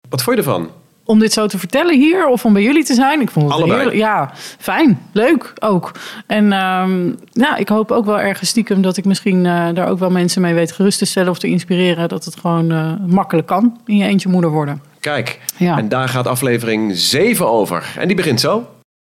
Wat vond je ervan? Om dit zo te vertellen hier of om bij jullie te zijn. Ik vond het allebei. heerlijk. Ja, fijn. Leuk ook. En ik hoop ook wel ergens stiekem dat ik misschien daar ook wel mensen mee weet gerust te stellen of te inspireren. Dat het gewoon makkelijk kan in je eentje moeder worden. Kijk, Ja. En daar gaat aflevering 7 over. En die begint zo.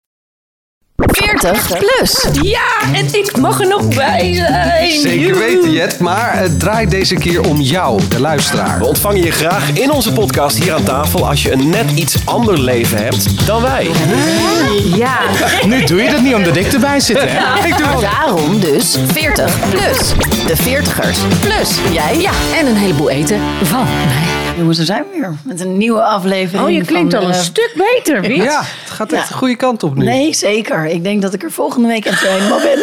40 plus. Ja, en ik mag er nog bij zijn. Zeker weten, Jet. Maar het draait deze keer om jou, de luisteraar. We ontvangen je graag in onze podcast hier aan tafel als je een net iets ander leven hebt dan wij. Ja. Nu doe je dat niet omdat ik erbij zit, hè? Ik doe het. Daarom dus 40 plus. De 40ers plus jij. Ja, en een heleboel eten van mij. Jongens, we zijn weer met een nieuwe aflevering. Oh, je klinkt van, al een stuk beter, Wiet. Ja, het gaat echt de goede kant op nu. Nee, zeker. Ik denk dat ik er volgende week echt helemaal ben.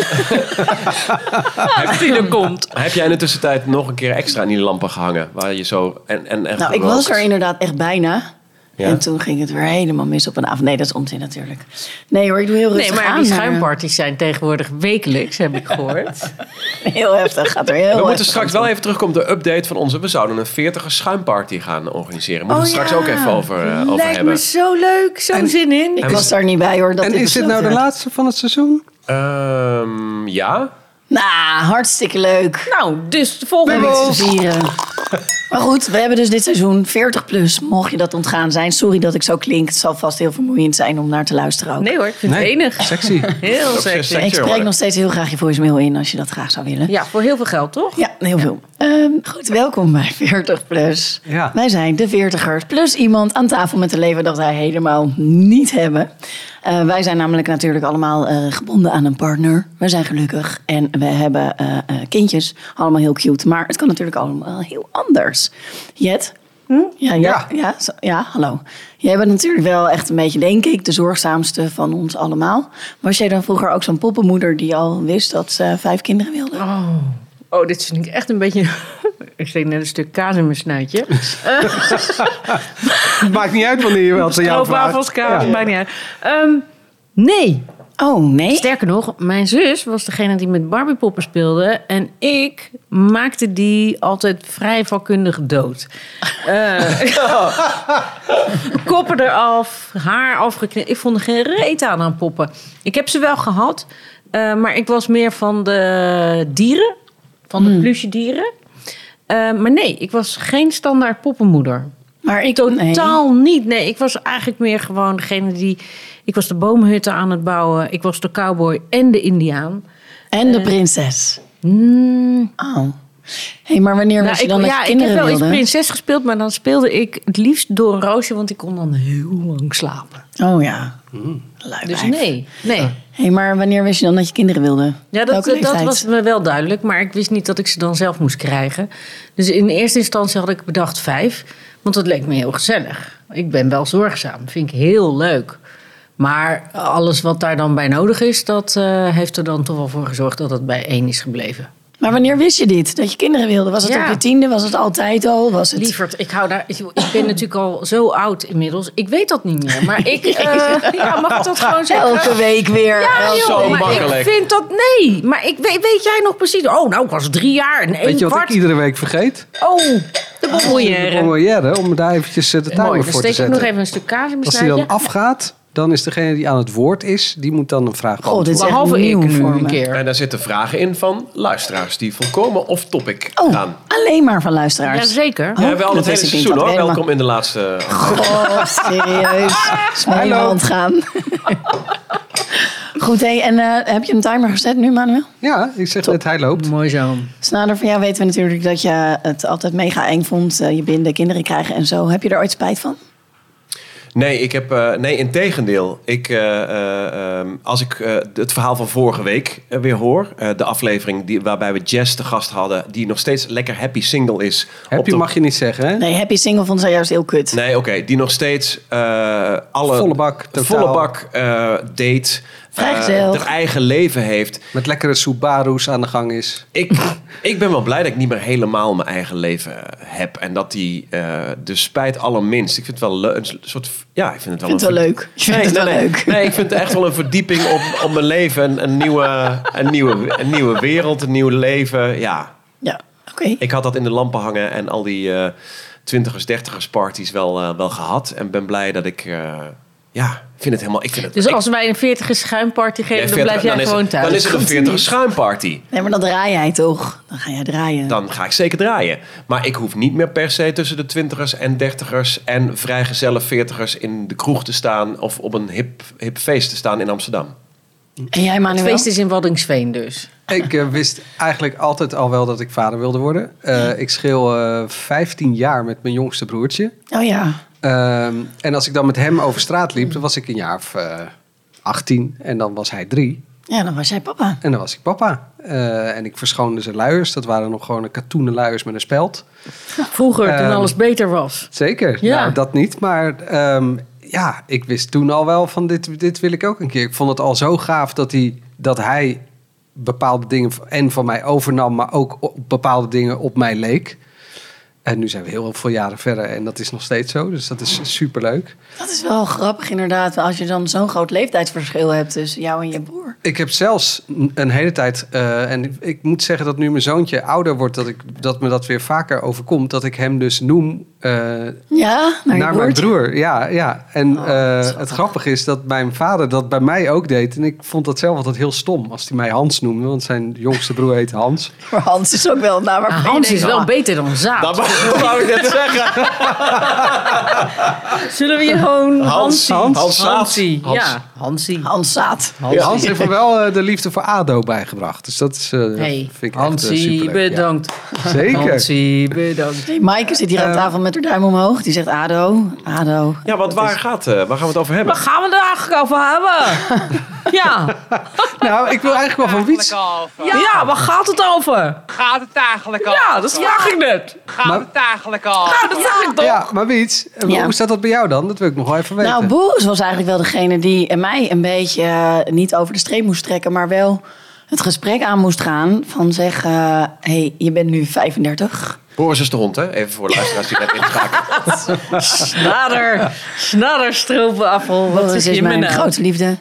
Die er komt. Heb jij in de tussentijd nog een keer extra in die lampen gehangen? Waar je zo... Nou, ik was er inderdaad echt bijna. Ja. En toen ging het weer helemaal mis op een avond. Nee, dat is onzin natuurlijk. Nee hoor, ik doe heel rustig Nee, maar aan. die schuimparties zijn tegenwoordig wekelijks, heb ik gehoord. Heel heftig, gaat er heel We moeten heftig straks aan wel even terugkomen op de update van onze... We zouden een 40er schuimparty gaan organiseren. Moeten we het straks ook even over Lijkt hebben. me zo leuk, zo'n zin in. Ik was daar niet bij hoor. Dat En dit is dit nou besloten de werd. laatste van het seizoen? Ja. Nou, hartstikke leuk. Nou, dus de We hebben volgende iets te vieren. Maar goed, we hebben dus dit seizoen 40 plus. Mocht je dat ontgaan zijn. Sorry dat ik zo klink. Het zal vast heel vermoeiend zijn om naar te luisteren ook. Nee hoor, ik vind het enig. Sexy. Heel sexy. sexy. Ik spreek nog steeds heel graag je voicemail in als je dat graag zou willen. Ja, voor heel veel geld, toch? Ja, heel veel. Goed, welkom bij 40 plus. Ja. Wij zijn de 40ers plus iemand aan tafel met een leven dat wij helemaal niet hebben. Wij zijn namelijk natuurlijk allemaal gebonden aan een partner. We zijn gelukkig en we hebben kindjes. Allemaal heel cute, maar het kan natuurlijk allemaal heel anders. Jet? Ja, hallo. Jij bent natuurlijk wel echt een beetje, denk ik, de zorgzaamste van ons allemaal. Was jij dan vroeger ook zo'n poppenmoeder die al wist dat ze 5 kinderen wilde? Oh, dit vind ik echt een beetje... Ik steek net een stuk kaas in mijn snuitje. Het maakt niet uit wanneer je wel te jou vraagt. Stroopwafels, kaas, maakt niet uit. Nee. Oh, nee? Sterker nog, mijn zus was degene die met Barbiepoppen speelde. En ik maakte die altijd vrij vakkundig dood. Koppen eraf, haar afgeknipt. Ik vond er geen reet aan poppen. Ik heb ze wel gehad. Maar ik was meer van de dieren. Van de plusje dieren. Maar nee, ik was geen standaard poppenmoeder. Maar ik Totaal niet. Nee, ik was eigenlijk meer gewoon degene die... Ik was de boomhutten aan het bouwen. Ik was de cowboy en de indiaan. En de prinses. Oh. Hey, maar wanneer was je dan dat je ik kinderen heb wel wilde? eens prinses gespeeld, maar dan speelde ik het liefst door een roosje, want ik kon dan heel lang slapen. Oh ja. Lui Dus wijf. nee. Hey, maar wanneer wist je dan dat je kinderen wilde? Ja, Welke dat leeftijd? was me wel duidelijk, maar ik wist niet dat ik ze dan zelf moest krijgen. Dus in eerste instantie had ik bedacht 5, want dat leek me heel gezellig. Ik ben wel zorgzaam, vind ik heel leuk. Maar alles wat daar dan bij nodig is, dat heeft er dan toch wel voor gezorgd dat het bij 1 is gebleven. Maar wanneer wist je dit? Dat je kinderen wilde? Was het Ja. op je 10e? Was het altijd al? Was het... Lieverd, ik ben natuurlijk al zo oud inmiddels. Ik weet dat niet meer. Maar ik... mag ik dat gewoon zeggen? Elke week weer. Ja, Elke joh, Zo maar makkelijk. ik vind dat... Nee, maar weet jij nog precies... Oh, nou, ik was 3 jaar en 1 Weet je wat kwart. ik iedere week vergeet? Oh, de bonbonnière. Bonbonnière, om daar eventjes de timer Mooi, dan voor te steek ik zetten. nog even een stuk kaas in mijn Als die dan snuitje. afgaat, dan is degene die aan het woord is, die moet dan een vraag dit beantwoorden. is echt Behalve ik nieuw nu voor een me. keer. En daar zitten vragen in van luisteraars die volkomen off-topic Oh, gaan. alleen maar van luisteraars. Jazeker. Ja, wel dat het hele wist ik niet, seizoen dat hoor. ik helemaal- Welkom in de laatste... Oh, serieus. Is me helemaal ontgaan. Goed, hey, en heb je een timer gezet nu, Manuel? Ja, ik zeg net, hij loopt. Mooi zo. Snader, van jou weten we natuurlijk dat je het altijd mega eng vond. Je binden, kinderen krijgen en zo. Heb je er ooit spijt van? Nee, nee, integendeel. Als ik het verhaal van vorige week weer hoor... de aflevering waarbij we Jess te gast hadden... die nog steeds lekker happy single is. Happy mag je niet zeggen, hè? Nee, happy single vond zij juist heel kut. Nee, oké. Die nog steeds alle... Volle bak, totaal. Volle bak date. Vrijgezel. haar eigen leven heeft. Met lekkere Subaru's aan de gang is. Ik ben wel blij dat ik niet meer helemaal mijn eigen leven heb. En dat die dus spijt allerminst. Ik vind het wel een soort... Ja, ik vind het wel, Ik vind het wel leuk. Ik vind het wel leuk. Nee, ik vind het echt wel een verdieping op mijn leven. Een nieuwe wereld, een nieuw leven. Ja, Ja, oké. ik had dat in de lampen hangen en al die 20ers, 30ers parties wel gehad. En ben blij dat ik... vind het helemaal... Dus als wij een 40 schuimparty geven, dan blijf jij gewoon thuis. Dan is het een 40 schuimparty. Nee, maar dan draai jij toch? Dan ga jij draaien. Dan ga ik zeker draaien. Maar ik hoef niet meer per se tussen de 20ers en 30ers... en vrijgezelle 40ers in de kroeg te staan... of op een hip feest te staan in Amsterdam. En jij, Manuel? Het feest is in Waddinxveen dus. Ik wist eigenlijk altijd al wel dat ik vader wilde worden. Ik scheel 15 jaar met mijn jongste broertje. Oh ja. En als ik dan met hem over straat liep, dan was ik een jaar of 18 en dan was hij 3. Ja, dan was jij papa. En dan was ik papa. En ik verschoonde zijn luiers. Dat waren nog gewoon een katoenen luiers met een speld. Vroeger, toen alles beter was. Zeker. Ja. Nou, dat niet. Maar ik wist toen al wel van dit wil ik ook een keer. Ik vond het al zo gaaf dat hij bepaalde dingen en van mij overnam, maar ook bepaalde dingen op mij leek. En nu zijn we heel veel jaren verder en dat is nog steeds zo. Dus dat is superleuk. Dat is wel grappig inderdaad, als je dan zo'n groot leeftijdsverschil hebt tussen jou en je broer. Ik heb zelfs een hele tijd, en ik moet zeggen dat nu mijn zoontje ouder wordt, dat me dat weer vaker overkomt, dat ik hem dus noem naar mijn broer. Ja. En het grappige is dat mijn vader dat bij mij ook deed. En ik vond dat zelf altijd heel stom als hij mij Hans noemde, want zijn jongste broer heet Hans. Maar Hans is ook wel een naam waarvan Hans is wel beter dan Zaad. Dat wou ik net zeggen. Zullen we je gewoon Hansie? Hansie. Ja, Hansie. Hans Zaad. Hans heeft er wel de liefde voor ADO bijgebracht. Dus dat is, vind ik Hansie, echt superleuk. bedankt. Ja. Zeker. Hansie, bedankt. Hey, Maaike zit hier aan tafel met haar duim omhoog. Die zegt ADO. Ja, want waar gaan we het over hebben? Waar gaan we het eigenlijk over hebben? Ja. Nou, ik wil eigenlijk wel van Wiets. Ja, waar gaat het over? Gaat het eigenlijk al? Ja, dat vraag ik net. Gaat het eigenlijk al? Nou, dat zeg ik toch. Ja, maar Wiets, hoe staat dat bij jou dan? Dat wil ik nog wel even weten. Nou, Boris was eigenlijk wel degene die mij een beetje niet over de streep moest trekken, maar wel het gesprek aan moest gaan van hey, je bent nu 35. Boris is de hond, hè? Even voor de luisteraars die net inschakelen. Snader, stroopwafel. Wat Boris is is mijn grote liefde.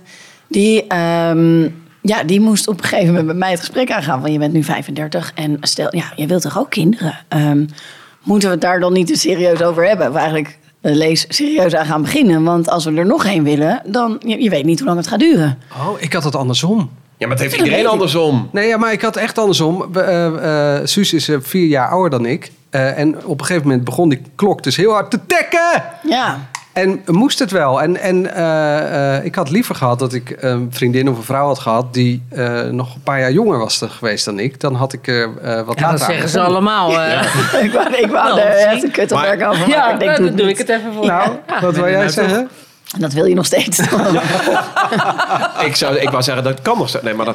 Die moest op een gegeven moment met mij het gesprek aangaan van je bent nu 35 en stel, je wilt toch ook kinderen? Moeten we het daar dan niet te serieus over hebben? Of eigenlijk lees serieus aan gaan beginnen. Want als we er nog één willen, dan je weet niet hoe lang het gaat duren. Oh, ik had het andersom. Ja, maar het heeft iedereen andersom. Nee, ja, maar ik had echt andersom. Suus is 4 jaar ouder dan ik. En op een gegeven moment begon die klok dus heel hard te tikken. Ja. En moest het wel. En ik had liever gehad dat ik een vriendin of een vrouw had gehad die nog een paar jaar jonger was geweest dan ik. Dan had ik wat later dat zeggen ze allemaal. Ik wou er echt een kuttelwerk over maken. Ja, Ik denk, dan doe ik het even voor. Nou, wat wil jij zeggen? En dat wil je nog steeds. Ik wou zeggen, dat kan nog steeds. Nee, maar dat...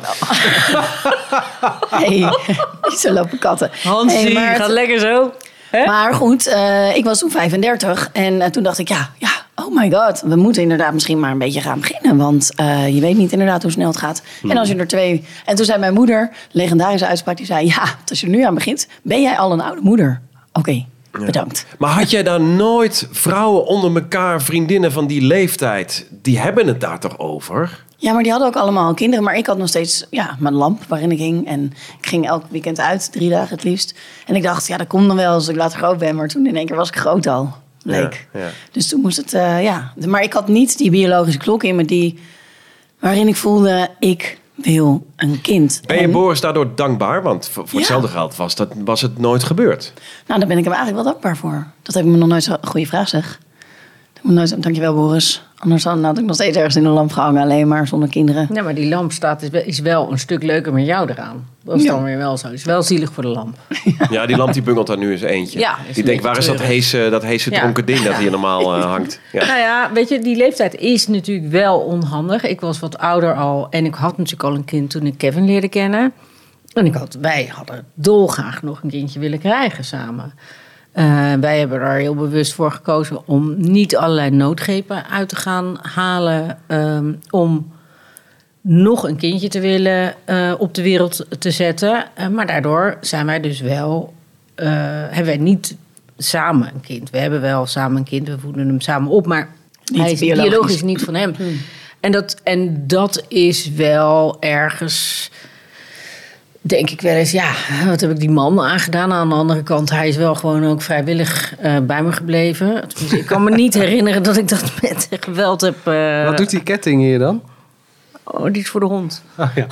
Hey, niet zo lopen katten. Hansie, Hey, maar gaat lekker zo. Hè? Maar goed, ik was toen 35 en toen dacht ik, oh my god, we moeten inderdaad misschien maar een beetje gaan beginnen. Want je weet niet inderdaad hoe snel het gaat. En als je er 2... En toen zei mijn moeder, legendarische uitspraak, die zei, als je er nu aan begint, ben jij al een oude moeder. Oké, bedankt. Maar had jij daar nooit vrouwen onder elkaar, vriendinnen van die leeftijd, die hebben het daar toch over? Ja, maar die hadden ook allemaal kinderen. Maar ik had nog steeds mijn lamp waarin ik ging. En ik ging elk weekend uit, 3 dagen het liefst. En ik dacht, dat komt dan wel als ik later groot ben. Maar toen in één keer was ik groot al. Bleek. Ja. Dus toen moest het, Maar ik had niet die biologische klok in me waarin ik voelde, ik wil een kind. Ben je Boris daardoor dankbaar? Want voor hetzelfde geld was het nooit gebeurd. Nou, daar ben ik hem eigenlijk wel dankbaar voor. Dat heb ik me nog nooit zo'n goede vraag, zeg. Dankjewel, Boris. Anders had ik nog steeds ergens in de lamp gehangen, alleen maar zonder kinderen. Ja, maar die lamp is wel een stuk leuker met jou eraan. Dat is dan weer wel zo. Het is wel zielig voor de lamp. Ja, die lamp die bungelt daar nu eens eentje. Ja, die denkt, waar is dat heese dronken ding dat hier normaal hangt? Ja. Nou ja, weet je, die leeftijd is natuurlijk wel onhandig. Ik was wat ouder al en ik had natuurlijk al een kind toen ik Kevin leerde kennen. En wij hadden dolgraag nog een kindje willen krijgen samen. Wij hebben er heel bewust voor gekozen om niet allerlei noodgrepen uit te gaan halen. Om nog een kindje te willen op de wereld te zetten. Maar daardoor zijn wij dus wel, hebben wij niet samen een kind. We hebben wel samen een kind, we voeden hem samen op. Maar hij is biologisch niet van hem. En dat is wel ergens... denk ik wel eens, ja, wat heb ik die man aangedaan? Aan de andere kant, hij is wel gewoon ook vrijwillig bij me gebleven. Tenminste, ik kan me niet herinneren dat ik dat met geweld heb... Wat doet die ketting hier dan? Oh, die is voor de hond. Oh, ja.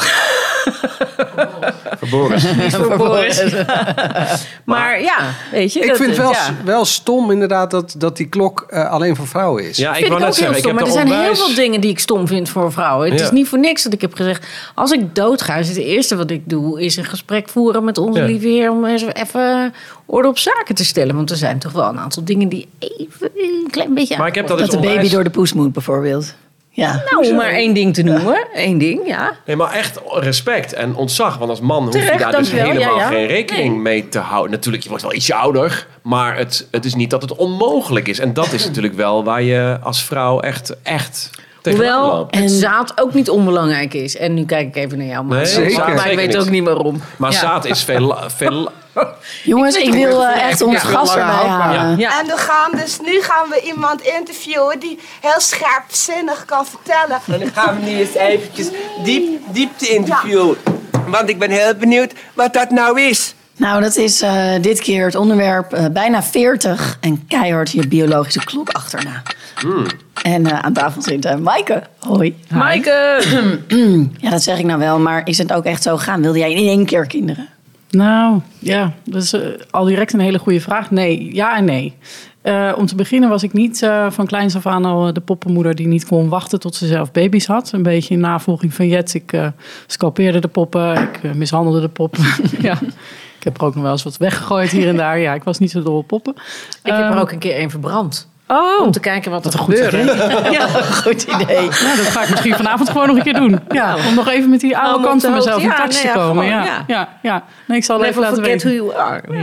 Voor Boris. Die is voor Boris. Maar ja, weet je. Ik dat vind het, het wel stom inderdaad dat die klok alleen voor vrouwen is. Ja, ik Vind wou ik net ook heel zeggen, ik stom. heb Maar er de zijn heel onwijs... veel dingen die ik stom vind voor vrouwen. Het Ja. is niet voor niks dat ik heb gezegd... als ik doodga, is het eerste wat ik doe... is een gesprek voeren met onze Ja. lieve heer... om eens even orde op zaken te stellen. Want er zijn toch wel een aantal dingen die even een klein beetje... Maar ik heb dat Dat dus de baby onwijs... door de poes moet, bijvoorbeeld. Ja. Nou, om maar één ding te noemen. Eén ding, ja. Nee, maar echt respect en ontzag. Want als man hoef je Terecht, daar dus dankjewel. helemaal Ja, ja. geen rekening mee te houden. Natuurlijk, je wordt wel ietsje ouder. Maar het is niet dat het onmogelijk is. En dat is natuurlijk wel waar je als vrouw echt tegenaan Hoewel loopt. het zaad ook niet onbelangrijk is. En nu kijk ik even naar jou, maar, Nee, zeker. maar ik Zeker weet niet. ook niet waarom. Maar Ja. zaad is veel... Jongens, ik wil echt ons gast erbij halen. Ja. En nu gaan we iemand interviewen die heel scherpzinnig kan vertellen. En dan gaan we nu eens eventjes diepte interviewen. Want ik ben heel benieuwd wat dat nou is. Nou, dat is dit keer het onderwerp bijna 40 en keihard je biologische klok achterna. En aan tafel zit Maaike. Hoi. Maaike! Ja, dat zeg ik nou wel, maar is het ook echt zo gegaan? Wilde jij in één keer kinderen? Nou, ja, dat is al direct een hele goede vraag. Nee, ja en nee. Om te beginnen was ik niet van kleins af aan al de poppenmoeder die niet kon wachten tot ze zelf baby's had. Een beetje in navolging van Jet. Ik scalpeerde de poppen, ik mishandelde de poppen. Ja. Ik heb er ook nog wel eens wat weggegooid hier en daar. Ja, ik was niet zo dol op poppen. Ik heb er ook een keer één verbrand. Oh, Om te kijken wat er een goed gebeurde. Ja, goed idee. nou, dat ga ik misschien vanavond gewoon nog een keer doen. Ja, om nog even met die oude om kant op van de mezelf hoogte- in ja, touch nee, te ja, komen. gewoon, Ja, ja. ja. Nee, ik zal Never even laten forget weten. who you are.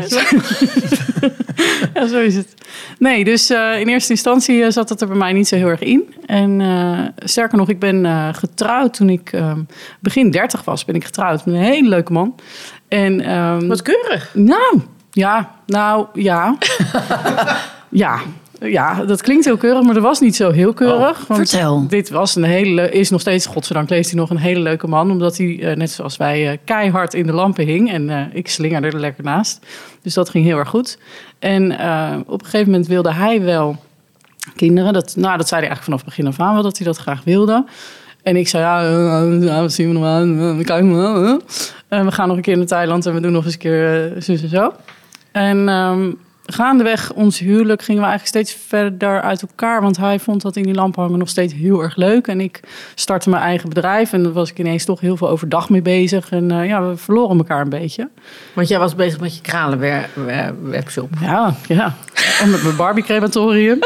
Ja, zo is het. Nee, dus in eerste instantie zat het er bij mij niet zo heel erg in. En sterker nog, ik ben getrouwd toen ik begin 30 was. Ben ik getrouwd met een hele leuke man. En, Wat keurig. Nou, ja. Ja, dat klinkt heel keurig, maar dat was niet zo heel keurig. Want vertel. Dit was is nog steeds, godzijdank leeft hij nog, een hele leuke man. Omdat hij, net zoals wij, keihard in de lampen hing. En ik slingerde er lekker naast. Dus dat ging heel erg goed. En op een gegeven moment wilde hij wel kinderen. Dat zei hij eigenlijk vanaf begin af aan wel, dat hij dat graag wilde. En ik zei, ja, dat zien we nog aan. Kijk maar. We gaan nog een keer naar Thailand en we doen nog eens een keer zus en zo. En gaandeweg ons huwelijk gingen we eigenlijk steeds verder uit elkaar. Want hij vond dat in die lampen hangen nog steeds heel erg leuk. En ik startte mijn eigen bedrijf. En daar was ik ineens toch heel veel overdag mee bezig. En we verloren elkaar een beetje. Want jij was bezig met je kralenwebshop. Ja. En met mijn Barbie-crematorium.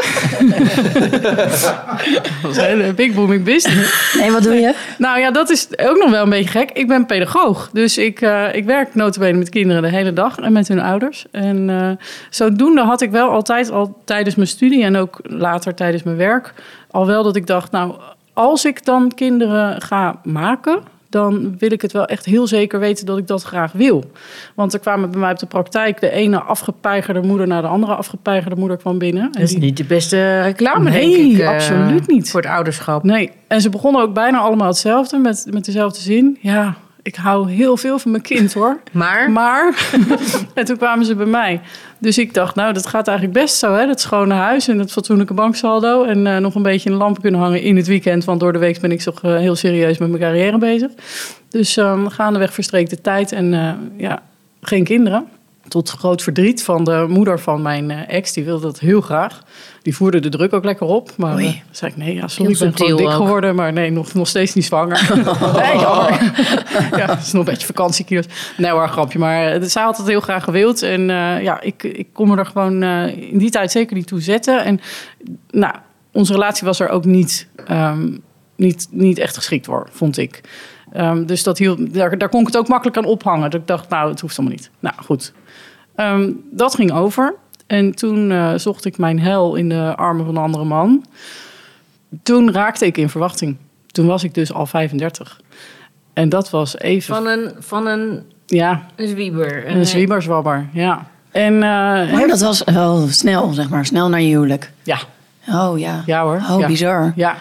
Dat was een hele big booming business. Nee, wat doe je? Nou ja, dat is ook nog wel een beetje gek. Ik ben pedagoog. Dus ik werk nota bene met kinderen de hele dag. En met hun ouders. En zodoende had ik wel altijd al tijdens mijn studie... en ook later tijdens mijn werk... al wel dat ik dacht, nou, als ik dan kinderen ga maken... dan wil ik het wel echt heel zeker weten dat ik dat graag wil. Want er kwamen bij mij op de praktijk... de ene afgepeigerde moeder naar de andere afgepeigerde moeder kwam binnen. Dat is niet de beste reclame, denk Nee, ik. absoluut niet. Voor het ouderschap. Nee, en ze begonnen ook bijna allemaal hetzelfde, met dezelfde zin. Ja, ik hou heel veel van mijn kind, hoor. Maar en toen kwamen ze bij mij. Dus ik dacht, nou, dat gaat eigenlijk best zo, hè? Dat schone huis en dat fatsoenlijke banksaldo. En nog een beetje in de lampen kunnen hangen in het weekend. Want door de week ben ik toch heel serieus met mijn carrière bezig. Dus gaandeweg verstreek de tijd en geen kinderen. Tot groot verdriet van de moeder van mijn ex. Die wilde dat heel graag. Die voerde de druk ook lekker op. Maar zei ik, nee, sorry, ik ben gewoon dik geworden. Maar nee, nog steeds niet zwanger. Nee, jammer. Ja, het is nog een beetje vakantiekilo's. Nee hoor, grapje. Maar zij had het heel graag gewild. En ik kon me er gewoon in die tijd zeker niet toe zetten. En nou, onze relatie was er ook niet echt geschikt voor, vond ik. Dus daar kon ik het ook makkelijk aan ophangen. Dat ik dacht, nou, het hoeft allemaal niet. Nou, goed. Dat ging over. En toen zocht ik mijn heil in de armen van een andere man. Toen raakte ik in verwachting. Toen was ik dus al 35. En dat was even... Van een zwieber. Een zwieberzwabber, ja. En, maar dat was wel snel, zeg maar. Snel naar je huwelijk. Ja. Oh ja. Ja hoor. Oh, ja. bizar. Ja.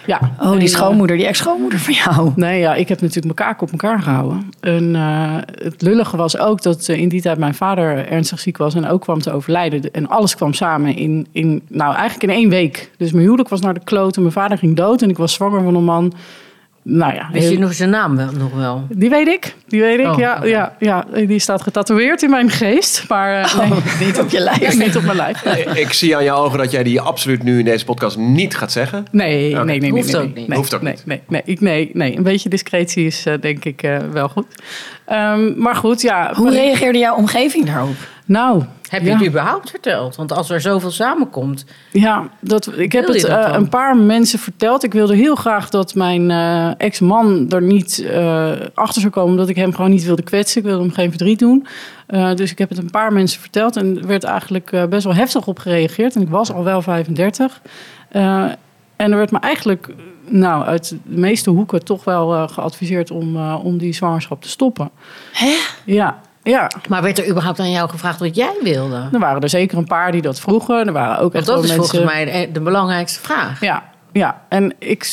Ja. Oh, En, die schoonmoeder, die ex-schoonmoeder van jou. Nee, ja, ik heb natuurlijk mijn kaak op elkaar gehouden. En het lullige was ook dat in die tijd mijn vader ernstig ziek was en ook kwam te overlijden. En alles kwam samen eigenlijk in 1 week. Dus mijn huwelijk was naar de kloten, mijn vader ging dood en ik was zwanger van een man. Nou ja, Wist je nog zijn naam nog wel? Die weet ik, Oh, ja. Die staat getatoeëerd in mijn geest. Maar Niet op je lijf. niet op mijn lijf. Ik zie aan jouw ogen dat jij die absoluut nu in deze podcast niet gaat zeggen. Nee, Oké. nee. Hoeft ook niet. Hoeft ook niet. Nee. Een beetje discretie is denk ik wel goed. Maar goed, ja. Hoe reageerde jouw omgeving daarop? Nou, Heb je het überhaupt verteld? Want als er zoveel samenkomt... Ja, ik heb Wil je het dat dan? een paar mensen verteld. Ik wilde heel graag dat mijn ex-man er niet achter zou komen... omdat ik hem gewoon niet wilde kwetsen. Ik wilde hem geen verdriet doen. Dus ik heb het een paar mensen verteld... en er werd eigenlijk best wel heftig op gereageerd. En ik was al wel 35. En er werd me eigenlijk uit de meeste hoeken... toch wel geadviseerd om die zwangerschap te stoppen. Hè? Ja. Maar werd er überhaupt aan jou gevraagd wat jij wilde? Er waren er zeker een paar die dat vroegen. Er waren ook echt Want dat wel is mensen... volgens mij de belangrijkste vraag. Ja. En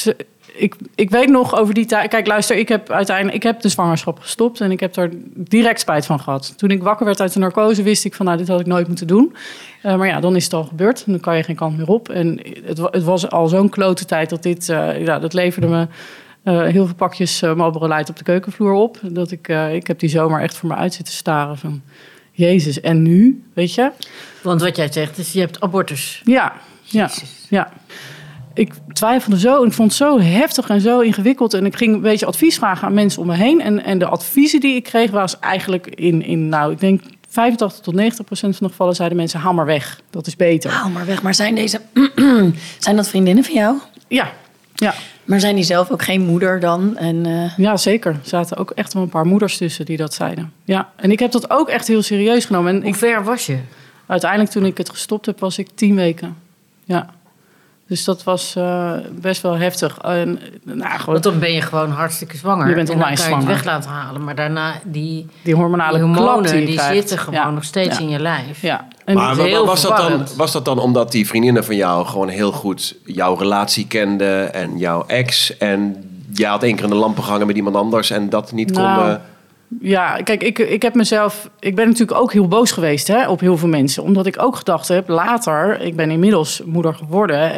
ik weet nog over die tijd... Kijk, luister, ik heb de zwangerschap gestopt... en ik heb daar direct spijt van gehad. Toen ik wakker werd uit de narcose, wist ik van... dit had ik nooit moeten doen. Maar ja, dan is het al gebeurd. Dan kan je geen kant meer op. En het was al zo'n klote tijd dat dit... dat leverde me... heel veel pakjes Marlboro Light op de keukenvloer op. Dat ik heb die zomer echt voor me uit zitten staren van... Jezus, en nu? Weet je? Want wat jij zegt is, je hebt abortus. Ja. Ik twijfelde zo en ik vond het zo heftig en zo ingewikkeld. En ik ging een beetje advies vragen aan mensen om me heen. En de adviezen die ik kreeg was eigenlijk ik denk 85 tot 90% van de gevallen zeiden mensen... haal maar weg, dat is beter. Haal maar weg. Maar zijn dat vriendinnen van jou? Ja. Maar zijn die zelf ook geen moeder dan? Ja, zeker. Er zaten ook echt wel een paar moeders tussen die dat zeiden. Ja, en ik heb dat ook echt heel serieus genomen. En Hoe ver was je? uiteindelijk toen ik het gestopt heb, was ik 10 weken. Ja. Dus dat was best wel heftig. En, Want dan ben je gewoon hartstikke zwanger. Je bent en dan onwijs kan je het zwanger. weg laten halen. Maar daarna, die hormonale klap hormonen, die je die krijgt. zitten gewoon nog steeds in je lijf. Ja. En Maar dat is heel was verwarrend. dat dan omdat die vriendinnen van jou gewoon heel goed jouw relatie kenden en jouw ex en jij had 1 keer in de lampen gehangen met iemand anders en dat niet kon... Ja, kijk, ik ben natuurlijk ook heel boos geweest op heel veel mensen. Omdat ik ook gedacht heb, later, ik ben inmiddels moeder geworden.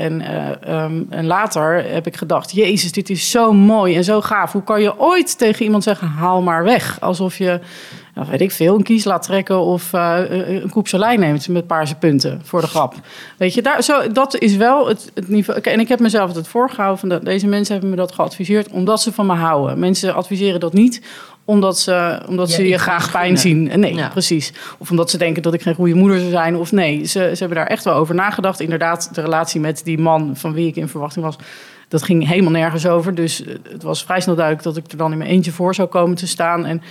En later heb ik gedacht, Jezus, dit is zo mooi en zo gaaf. Hoe kan je ooit tegen iemand zeggen, haal maar weg? Alsof je, weet ik veel, een kies laat trekken of een koep Soleil neemt met paarse punten voor de grap. Weet je, dat is wel het niveau. En ik heb mezelf het voorgehouden van deze mensen hebben me dat geadviseerd omdat ze van me houden. Mensen adviseren dat niet omdat ze je graag pijn zien. Nee, Ja. precies. Of omdat ze denken dat ik geen goede moeder zou zijn. Of nee, ze hebben daar echt wel over nagedacht. Inderdaad, de relatie met die man van wie ik in verwachting was... dat ging helemaal nergens over. Dus het was vrij snel duidelijk dat ik er dan in mijn eentje voor zou komen te staan. En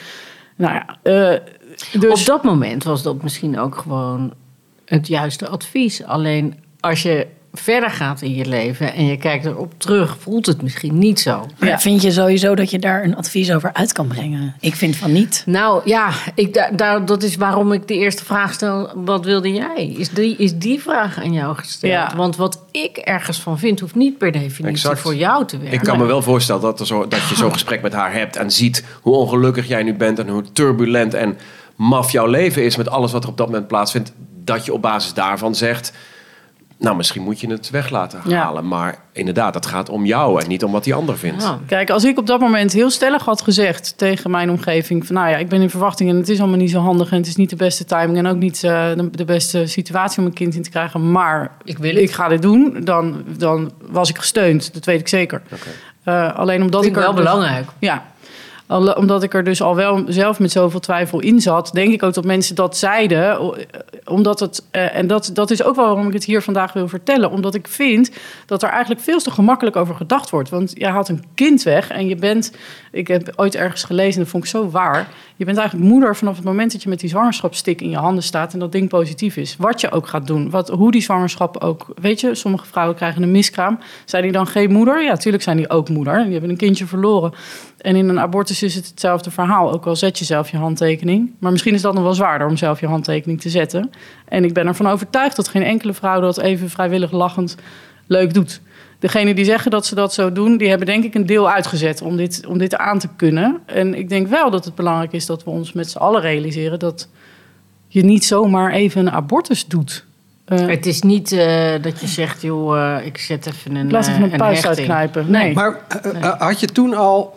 dus... Op dat moment was dat misschien ook gewoon het juiste advies. Alleen als je verder gaat in je leven en je kijkt erop terug, voelt het misschien niet zo. Maar vind je sowieso dat je daar een advies over uit kan brengen? Ik vind van niet. Nou ja, dat is waarom ik de eerste vraag stel. Wat wilde jij? Is die vraag aan jou gesteld? Ja. Want wat ik ergens van vind, hoeft niet per definitie Exact. voor jou te werken. Ik kan me wel voorstellen dat je zo'n gesprek met haar hebt en ziet hoe ongelukkig jij nu bent en hoe turbulent en maf jouw leven is met alles wat er op dat moment plaatsvindt. Dat je op basis daarvan zegt, nou misschien moet je het weg laten halen. Maar inderdaad, het gaat om jou en niet om wat die ander vindt. Ja. Kijk, als ik op dat moment heel stellig had gezegd tegen mijn omgeving... van ik ben in verwachting en het is allemaal niet zo handig... en het is niet de beste timing en ook niet de beste situatie om een kind in te krijgen... maar ik ga dit doen, dan was ik gesteund. Dat weet ik zeker. Alleen omdat Vind ik wel dus- belangrijk. Ja. Omdat ik er dus al wel zelf met zoveel twijfel in zat... denk ik ook dat mensen dat zeiden. Omdat het, en dat is ook wel waarom ik het hier vandaag wil vertellen. Omdat ik vind dat er eigenlijk veel te gemakkelijk over gedacht wordt. Want jij haalt een kind weg en je bent... Ik heb ooit ergens gelezen en dat vond ik zo waar... Je bent eigenlijk moeder vanaf het moment dat je met die zwangerschapsstick in je handen staat... en dat ding positief is. Wat je ook gaat doen. Hoe die zwangerschap ook... Weet je, sommige vrouwen krijgen een miskraam. Zijn die dan geen moeder? Ja, natuurlijk zijn die ook moeder. Die hebben een kindje verloren. En in een abortus is het hetzelfde verhaal. Ook al zet je zelf je handtekening. Maar misschien is dat nog wel zwaarder om zelf je handtekening te zetten. En ik ben ervan overtuigd dat geen enkele vrouw dat even vrijwillig lachend leuk doet. degenen die zeggen dat ze dat zo doen, die hebben denk ik een deel uitgezet om dit aan te kunnen. En ik denk wel dat het belangrijk is dat we ons met z'n allen realiseren dat je niet zomaar even een abortus doet. Het is niet dat je zegt, joh, ik zet even een laat even een puist hechting uitknijpen. Nee. Maar had je toen al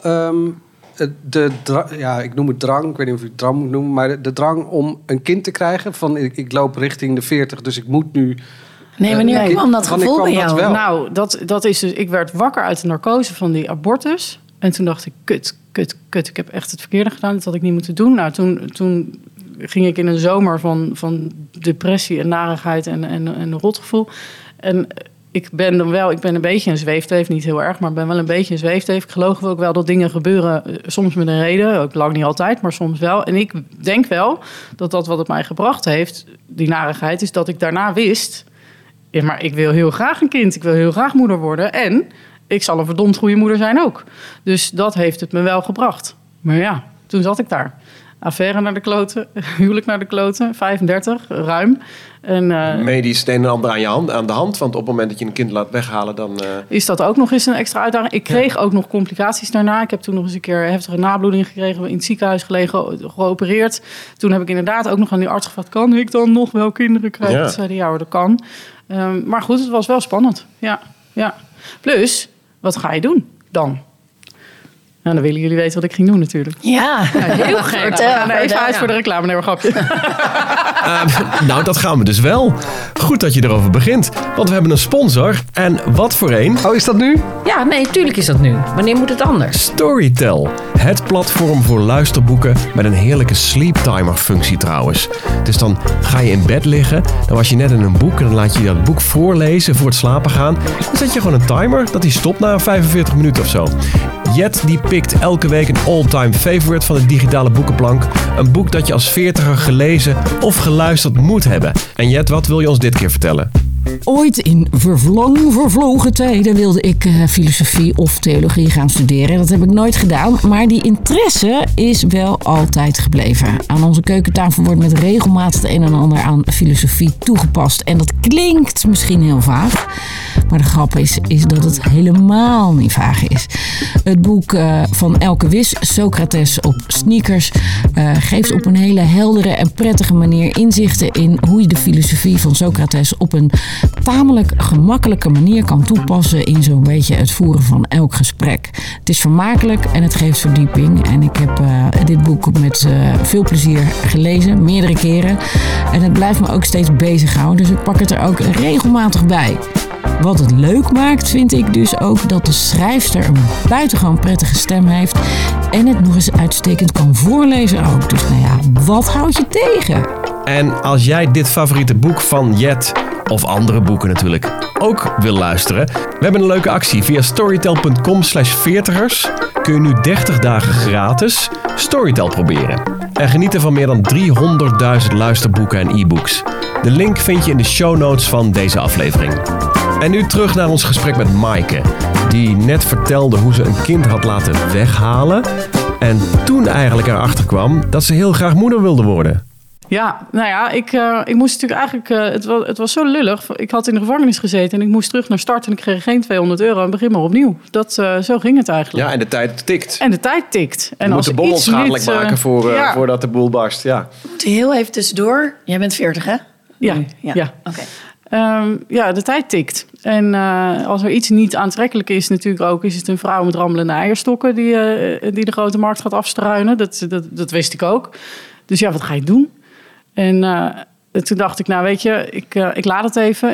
ik noem het drang, ik weet niet of je het drang moet noemen, maar de drang om een kind te krijgen? Van ik loop richting de 40, dus ik moet nu... Nee, wanneer kwam dat gevoel bij jou? Nou, dat is dus... Ik werd wakker uit de narcose van die abortus. En toen dacht ik, kut. Ik heb echt het verkeerde gedaan. Dat had ik niet moeten doen. Nou, toen ging ik in een zomer van depressie en narigheid en een rotgevoel. En ik ben een beetje een zweefteef. Niet heel erg, maar ben wel een beetje een zweefteef. Ik geloof ook wel dat dingen gebeuren. Soms met een reden. Ook lang niet altijd, maar soms wel. En ik denk wel dat wat het mij gebracht heeft, die narigheid, is dat ik daarna wist... Ja, maar ik wil heel graag een kind. Ik wil heel graag moeder worden. En ik zal een verdomd goede moeder zijn ook. Dus dat heeft het me wel gebracht. Maar ja, toen zat ik daar. Affaire naar de kloten. Huwelijk naar de kloten. 35, ruim. En, medisch het een en ander aan de hand. Want op het moment dat je een kind laat weghalen, dan... is dat ook nog eens een extra uitdaging. Ik kreeg ook nog complicaties daarna. Ik heb toen nog eens een keer heftige nabloeding gekregen. In het ziekenhuis gelegen, geopereerd. Toen heb ik inderdaad ook nog aan die arts gevraagd... kan ik dan nog wel kinderen krijgen? Toen zei hij, ja hoor, dat kan. Maar goed, het was wel spannend. Ja. Plus, wat ga je doen dan? Nou, dan willen jullie weten wat ik ging doen natuurlijk. Ja, heel graag. Even uit voor de reclame, nee, grapje. Nou, dat gaan we dus wel. Goed dat je erover begint, want we hebben een sponsor. En wat voor een? Oh, is dat nu? Ja, nee, tuurlijk is dat nu. Wanneer moet het anders? Storytel. Het platform voor luisterboeken met een heerlijke sleeptimer functie trouwens. Dus dan ga je in bed liggen, dan was je net in een boek en dan laat je dat boek voorlezen voor het slapen gaan. Dan zet je gewoon een timer dat die stopt na 45 minuten of zo. Jet die pikt elke week een all-time favorite van de digitale boekenplank. Een boek dat je als 40er gelezen of geluisterd moet hebben. En Jet, wat wil je ons dit keer vertellen? Ooit in vervlogen tijden wilde ik filosofie of theologie gaan studeren. Dat heb ik nooit gedaan, maar die interesse is wel altijd gebleven. Aan onze keukentafel wordt met regelmaat het een en ander aan filosofie toegepast. En dat klinkt misschien heel vaag, maar de grap is dat het helemaal niet vaag is. Het boek van Elke Wis, Socrates op sneakers, geeft op een hele heldere en prettige manier inzichten in hoe je de filosofie van Socrates op een tamelijk gemakkelijke manier kan toepassen in zo'n beetje het voeren van elk gesprek. Het is vermakelijk en het geeft verdieping. En ik heb dit boek met veel plezier gelezen, meerdere keren. En het blijft me ook steeds bezighouden, dus ik pak het er ook regelmatig bij. Wat het leuk maakt, vind ik dus ook dat de schrijfster een buitengewoon prettige stem heeft en het nog eens uitstekend kan voorlezen ook. Dus nou ja, wat houd je tegen? En als jij dit favoriete boek van Jet, of andere boeken natuurlijk, ook wil luisteren, we hebben een leuke actie. Via storytel.com/veertigers kun je nu 30 dagen gratis Storytel proberen. En genieten van meer dan 300.000 luisterboeken en e-books. De link vind je in de show notes van deze aflevering. En nu terug naar ons gesprek met Maaike, die net vertelde hoe ze een kind had laten weghalen en toen eigenlijk erachter kwam dat ze heel graag moeder wilde worden. Ja, nou ja, ik moest natuurlijk eigenlijk... het was zo lullig. Ik had in de gevangenis gezeten en ik moest terug naar start en ik kreeg geen €200 en begin maar opnieuw. Zo ging het eigenlijk. Ja, en de tijd tikt. En je moet de bom onschadelijk maken voordat de boel barst. Ja. Heel even tussendoor. Jij bent 40, hè? Ja. Oké. Ja, de tijd tikt. En als er iets niet aantrekkelijk is natuurlijk ook, is het een vrouw met rammelende eierstokken die de grote markt gaat afstruinen. Dat wist ik ook. Dus ja, wat ga je doen? En toen dacht ik, nou weet je, ik laat het even.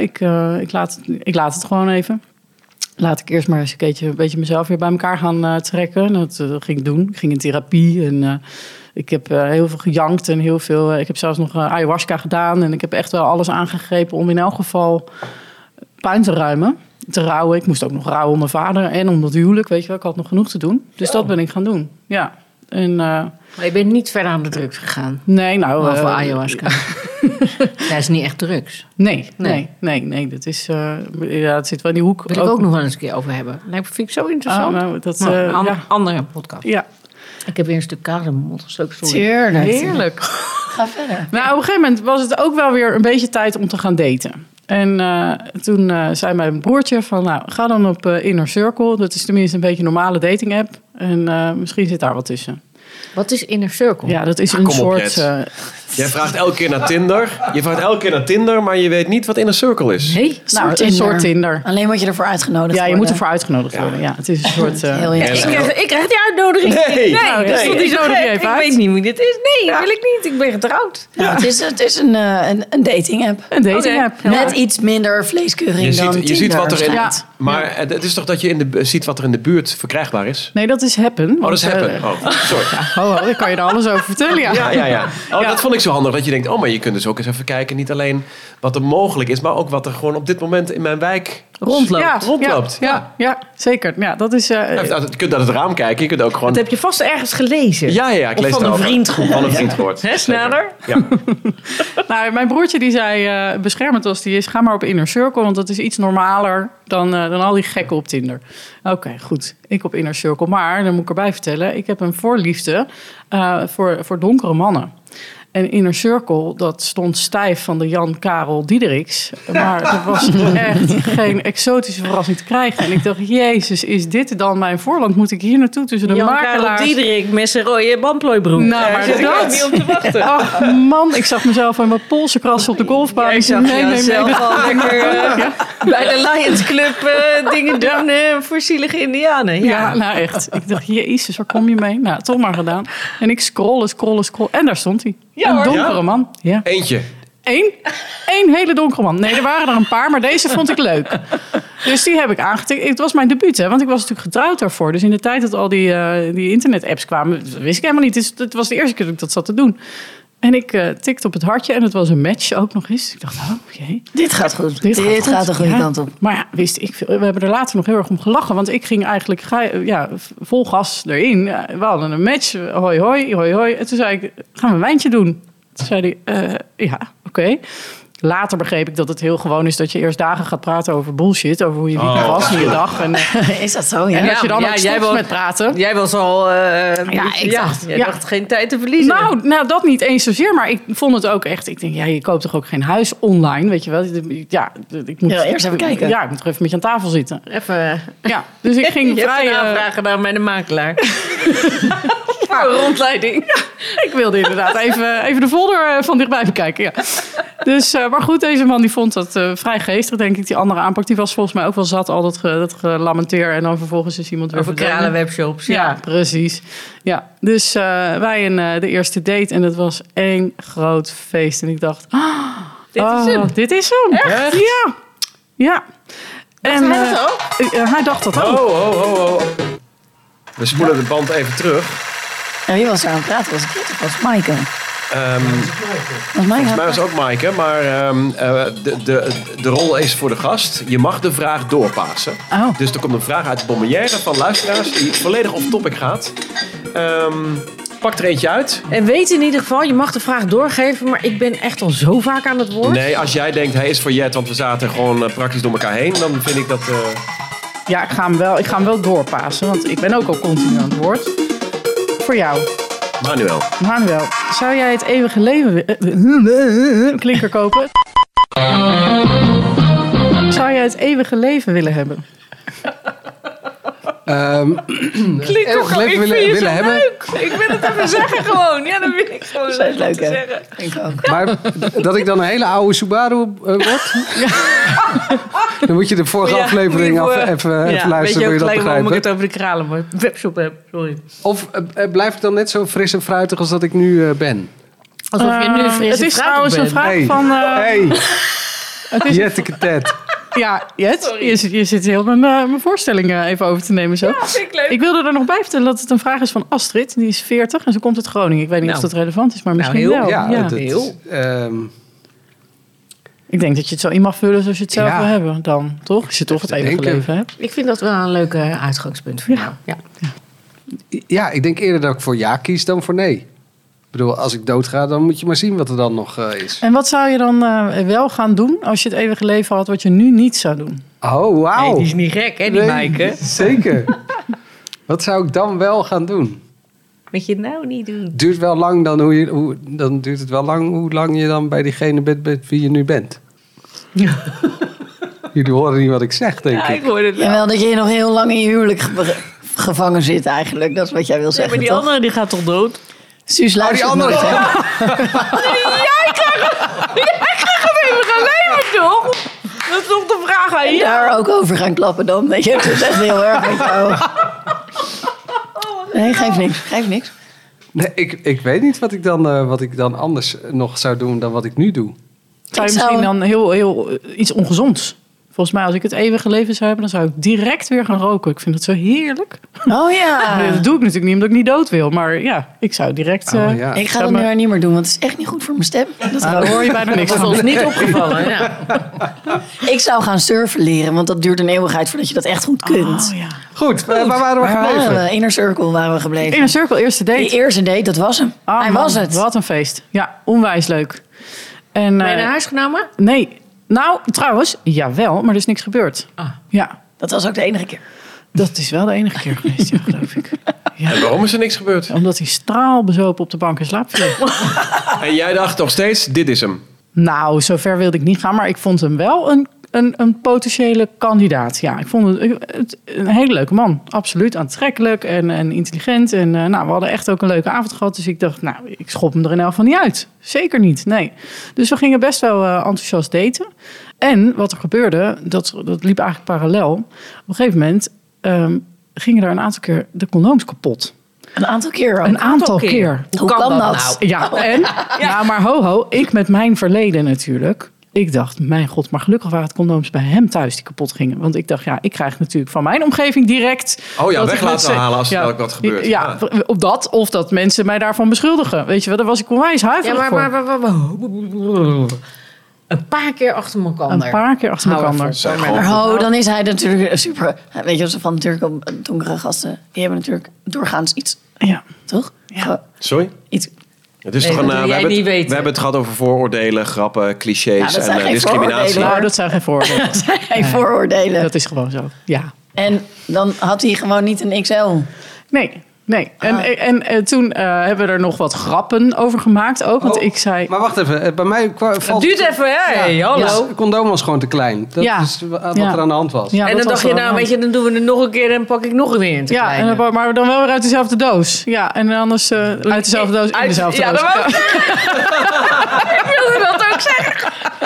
Ik laat het gewoon even. Laat ik eerst maar eens een beetje mezelf weer bij elkaar gaan trekken. Dat ging ik doen. Ik ging in therapie en ik heb heel veel gejankt en heel veel... ik heb zelfs nog ayahuasca gedaan en ik heb echt wel alles aangegrepen om in elk geval puin te ruimen. Te rouwen. Ik moest ook nog rouwen om mijn vader en om dat huwelijk. Weet je wel, ik had nog genoeg te doen. Dus dat ben ik gaan doen, ja. En, maar je bent niet verder aan de drugs gegaan? Nee, nou... Behalve ayahuasca. Dat is niet echt drugs. Nee. Dat is... het zit wel in die hoek. Wil ik ook nog wel eens een keer over hebben. Dat vind ik zo interessant. Andere podcast. Ja. Ik heb weer een stuk kaas in mijn mond gestoken. Tuurlijk. Heerlijk. Ga verder. Nou, op een gegeven moment was het ook wel weer een beetje tijd om te gaan daten. En toen zei mijn broertje van, nou, ga dan op Inner Circle. Dat is tenminste een beetje een normale dating app. En misschien zit daar wat tussen. Wat is Inner Circle? Ja, dat is een kom op, soort... Jet. Jij vraagt elke keer naar Tinder. Je vraagt elke keer naar Tinder, maar je weet niet wat Inner Circle is. Nee, een soort Tinder. Alleen moet je ervoor uitgenodigd Ja, je worden. moet ervoor uitgenodigd worden. Ja, het is een soort... Heel ik krijg die uitnodiging. Nee. Nou, dat is toch niet zo gek? Ik weet niet wie dit is. Nee, dat wil ik niet. Ik ben getrouwd. Ja, het is een dating app. Een dating app. Met iets minder vleeskeuring dan Tinder. Je ziet wat er in... schijnt. Maar het is toch dat je ziet wat er in de buurt verkrijgbaar is? Nee, dat is Happen. Oh, dat is Happen. Sorry. Ik kan je er alles over vertellen, Ja. Dat vond ik zo handig. Dat je denkt, maar je kunt dus ook eens even kijken. Niet alleen wat er mogelijk is, maar ook wat er gewoon op dit moment in mijn wijk rondloopt. Ja, zeker. Ja, dat is... Je kunt uit het raam kijken. Je kunt ook gewoon... Dat heb je vast ergens gelezen. Ja, ik lees of van een vriend gehoord. Van een vriend gehoord. Hè, Snader? Ja. Nou, mijn broertje die zei, beschermend als die is, ga maar op Inner Circle, want dat is iets normaler dan al die gekken op Tinder. Oké, goed. Ik op Inner Circle. Maar, dan moet ik erbij vertellen, ik heb een voorliefde voor donkere mannen. En Inner Circle, dat stond stijf van de Jan Karel Diederiks. Maar er was echt geen exotische verrassing te krijgen. En ik dacht, jezus, is dit dan mijn voorland? Moet ik hier naartoe tussen de Jan makelaars? Karel Diederik met zijn rode bandplooibroek. Nou, maar zit ik dat... ook niet op te wachten. Ach man, ik zag mezelf aan mijn polsen krassen op de golfbaan. Ja, ik zag jezelf al lekker bij de Lions Club dingen doen voor zielige indianen. Ja, nou echt. Ik dacht, jezus, waar kom je mee? Nou, toch maar gedaan. En ik scrollen. En daar stond hij. Ja, een hoor. donkere man. Ja. Eentje. Eén hele donkere man. Nee, er waren er een paar, maar deze vond ik leuk. Dus die heb ik aangetikt. Het was mijn debuut, hè, want ik was natuurlijk getrouwd daarvoor. Dus in de tijd dat al die internet-apps kwamen, dat wist ik helemaal niet. Dus het was de eerste keer dat ik dat zat te doen. En ik tikte op het hartje en het was een match ook nog eens. Ik dacht, jee. Dit gaat goed. Dit goed. gaat de goede kant op. Maar ja, wist ik veel. We hebben er later nog heel erg om gelachen. Want ik ging eigenlijk vol gas erin. We hadden een match. Hoi, hoi, hoi, hoi. En toen zei ik, gaan we een wijntje doen? Toen zei hij, ja, oké. Later begreep ik dat het heel gewoon is dat je eerst dagen gaat praten over bullshit. Over hoe je weekend was en je dag. En, is dat zo? Ja. En als je dan ook stopt met praten. Jij was al... ik dacht geen tijd te verliezen. Nou, dat niet eens zozeer. Maar ik vond het ook echt... Ik denk, je koopt toch ook geen huis online, weet je wel? Ja, ik moet eerst even kijken. Ja, ik moet toch even met je aan tafel zitten. Even... Ja, dus ik ging vrij... Je aanvragen gedaan bij de makelaar. Voor een rondleiding. Ja, ik wilde inderdaad even de folder van dichtbij bekijken. Ja. Dus, maar goed, deze man die vond dat vrij geestig, denk ik. Die andere aanpak, die was volgens mij ook wel zat. Al dat gelamenteer en dan vervolgens is iemand weer over kralen webshops. Ja, precies. Ja, dus wij de eerste date en het was één groot feest. En ik dacht, dit is hem. Echt? Ja. Ja. En hij dacht dat ook. Oh. We spoelen de band even terug. En wie was er aan het praten? Was ik het of was Maaike? Volgens mij was het ook Maaike, maar de rol is voor de gast. Je mag de vraag doorpassen. Oh. Dus er komt een vraag uit de Bonbonnière van luisteraars die volledig off topic gaat. Pak er eentje uit. En weet in ieder geval, je mag de vraag doorgeven, maar ik ben echt al zo vaak aan het woord. Nee, als jij denkt hij is voor Jet, want we zaten gewoon praktisch door elkaar heen, dan vind ik dat... Ja, ik ga hem wel doorpassen, want ik ben ook al continu aan het woord. Voor jou. Manuel, zou jij het eeuwige leven... klinker kopen? Zou jij het eeuwige leven willen hebben? Eeuwig leven willen hebben. Leuk. Ik wil het even zeggen gewoon. Ja, dan wil ik gewoon Dat is leuk, hè? zeggen. Ik ook. Maar dat ik dan een hele oude Subaru word? Dan moet je de vorige aflevering even luisteren. Weet je wil ook je dat gelijk waarom ik het begrijpen? over de kralen webshop heb. Sorry. Of blijf ik dan net zo fris en fruitig als dat ik nu ben? Alsof je nu fris Het en is fruitig trouwens bent. een vraag Hey. van... het is Jetteke-tet. Ja, Jet, je zit heel mijn voorstelling even over te nemen zo. Ja, vind ik leuk. Ik wilde er nog bij vertellen dat het een vraag is van Astrid. Die is 40 en ze komt uit Groningen. Ik weet niet of dat relevant is, maar misschien heel. wel. Ja, heel. Ik denk dat je het zo in mag vullen zoals je het zelf wil hebben dan, toch? Als je toch het eeuwige leven hebt. Ik vind dat wel een leuk uitgangspunt voor jou. Ja. Ja, ik denk eerder dat ik voor ja kies dan voor nee. Ik bedoel, als ik doodga, dan moet je maar zien wat er dan nog is. En wat zou je dan wel gaan doen als je het eeuwige leven had wat je nu niet zou doen? Oh, wauw. Nee, die is niet gek, hè, die Maaike? Zeker. Wat zou ik dan wel gaan doen? Wat je nou niet doen. Duurt wel lang dan dan duurt het wel lang hoe lang je dan bij diegene bent wie je nu bent. Jullie horen niet wat ik zeg, denk ik. Ik hoor het wel. Jawel, dat je nog heel lang in je huwelijk gevangen zit eigenlijk. Dat is wat jij wil Nee, zeggen, maar die toch? andere die gaat toch dood? Suus, luister die andere. nooit, hè? Jij krijgt het eeuwige leven, toch? Dat is toch de vraag aan En je? daar ook over gaan klappen dan. Weet je, het is echt heel erg met jou. Nee, geef niks. Nee, ik weet niet wat ik dan anders nog zou doen dan wat ik nu doe. Zou je Ik zou- misschien dan heel iets ongezonds? Volgens mij, als ik het eeuwige leven zou hebben, dan zou ik direct weer gaan roken. Ik vind het zo heerlijk. Oh ja. Dat doe ik natuurlijk niet omdat ik niet dood wil. Maar ja, ik zou direct... Oh, ja. Ik ga dat nu maar niet meer doen, want het is echt niet goed voor mijn stem. daar hoor je bijna niks Dat is van. ons niet opgevallen. Ja. Ik zou gaan surfen leren, want dat duurt een eeuwigheid voordat je dat echt goed kunt. Oh, ja. Goed, waar waren we Waar waren gebleven? we? Inner Circle waren we gebleven. Inner Circle, eerste date. Die eerste date, dat was hem. Ah, Hij man, was het. Wat een feest. Ja, onwijs leuk. En, Ben je naar huis genomen? Nee. Nou, trouwens, jawel, maar er is niks gebeurd. Ah. Ja, Dat was ook de enige keer. dat is wel de enige keer geweest, ja, geloof ik. Ja. En waarom is er niks gebeurd? Omdat hij straalbezopen op de bank in slaap viel. En jij dacht nog steeds, dit is hem. Nou, zover wilde ik niet gaan, maar ik vond hem wel een potentiële kandidaat. Ja, ik vond het een hele leuke man. Absoluut aantrekkelijk en intelligent. En nou, we hadden echt ook een leuke avond gehad. Dus ik dacht, nou, ik schop hem er in elk geval niet uit. Zeker niet, nee. Dus we gingen best wel enthousiast daten. En wat er gebeurde, dat liep eigenlijk parallel. Op een gegeven moment gingen er een aantal keer de condooms kapot. Een aantal keer ook. Een aantal keer. Hoe kan dat? nou? Ja, en? Ja, maar ho, ik met mijn verleden natuurlijk. Ik dacht, mijn god, maar gelukkig waren het condooms bij hem thuis die kapot gingen. Want ik dacht, ja, ik krijg natuurlijk van mijn omgeving direct... Oh ja, dat weg ik laten mensen- halen als er ook wat gebeurt. Ja, op dat of dat mensen mij daarvan beschuldigen. Weet je wel, daar was ik onwijs Ja, huiverig voor. Een paar keer achter elkaar. Een paar keer achter Hou elkaar. ervan. Maar dan is hij natuurlijk super... Weet je, zo van natuurlijk op donkere gasten. Die hebben natuurlijk doorgaans iets, Ja. toch? Ja. Sorry? Iets. Het is Nee, toch dat een, wil we, jij hebben niet het, weten. we hebben het gehad over vooroordelen, grappen, clichés Ja, dat zijn en geen discriminatie. vooroordelen, Nou, dat zijn geen vooroordelen. Dat zijn geen vooroordelen. Dat is gewoon zo, ja. En dan had hij gewoon niet een XL. Nee. Ah. En toen hebben we er nog wat grappen over gemaakt ook. Want ik zei... Maar wacht even, bij mij valt... Het duurt even, hè? Hey, hallo. Ja, het condoom was gewoon te klein. Dat Ja. is wat Ja. er aan de hand was. Ja, En dat dan was dacht je, wel nou, weet je, dan doen we het nog een keer en pak ik nog weer in te Ja, kleine. maar dan wel weer uit dezelfde doos. Ja, en anders uit dezelfde doos in dezelfde ja, doos. dat wou ik wilde dat ook zeggen.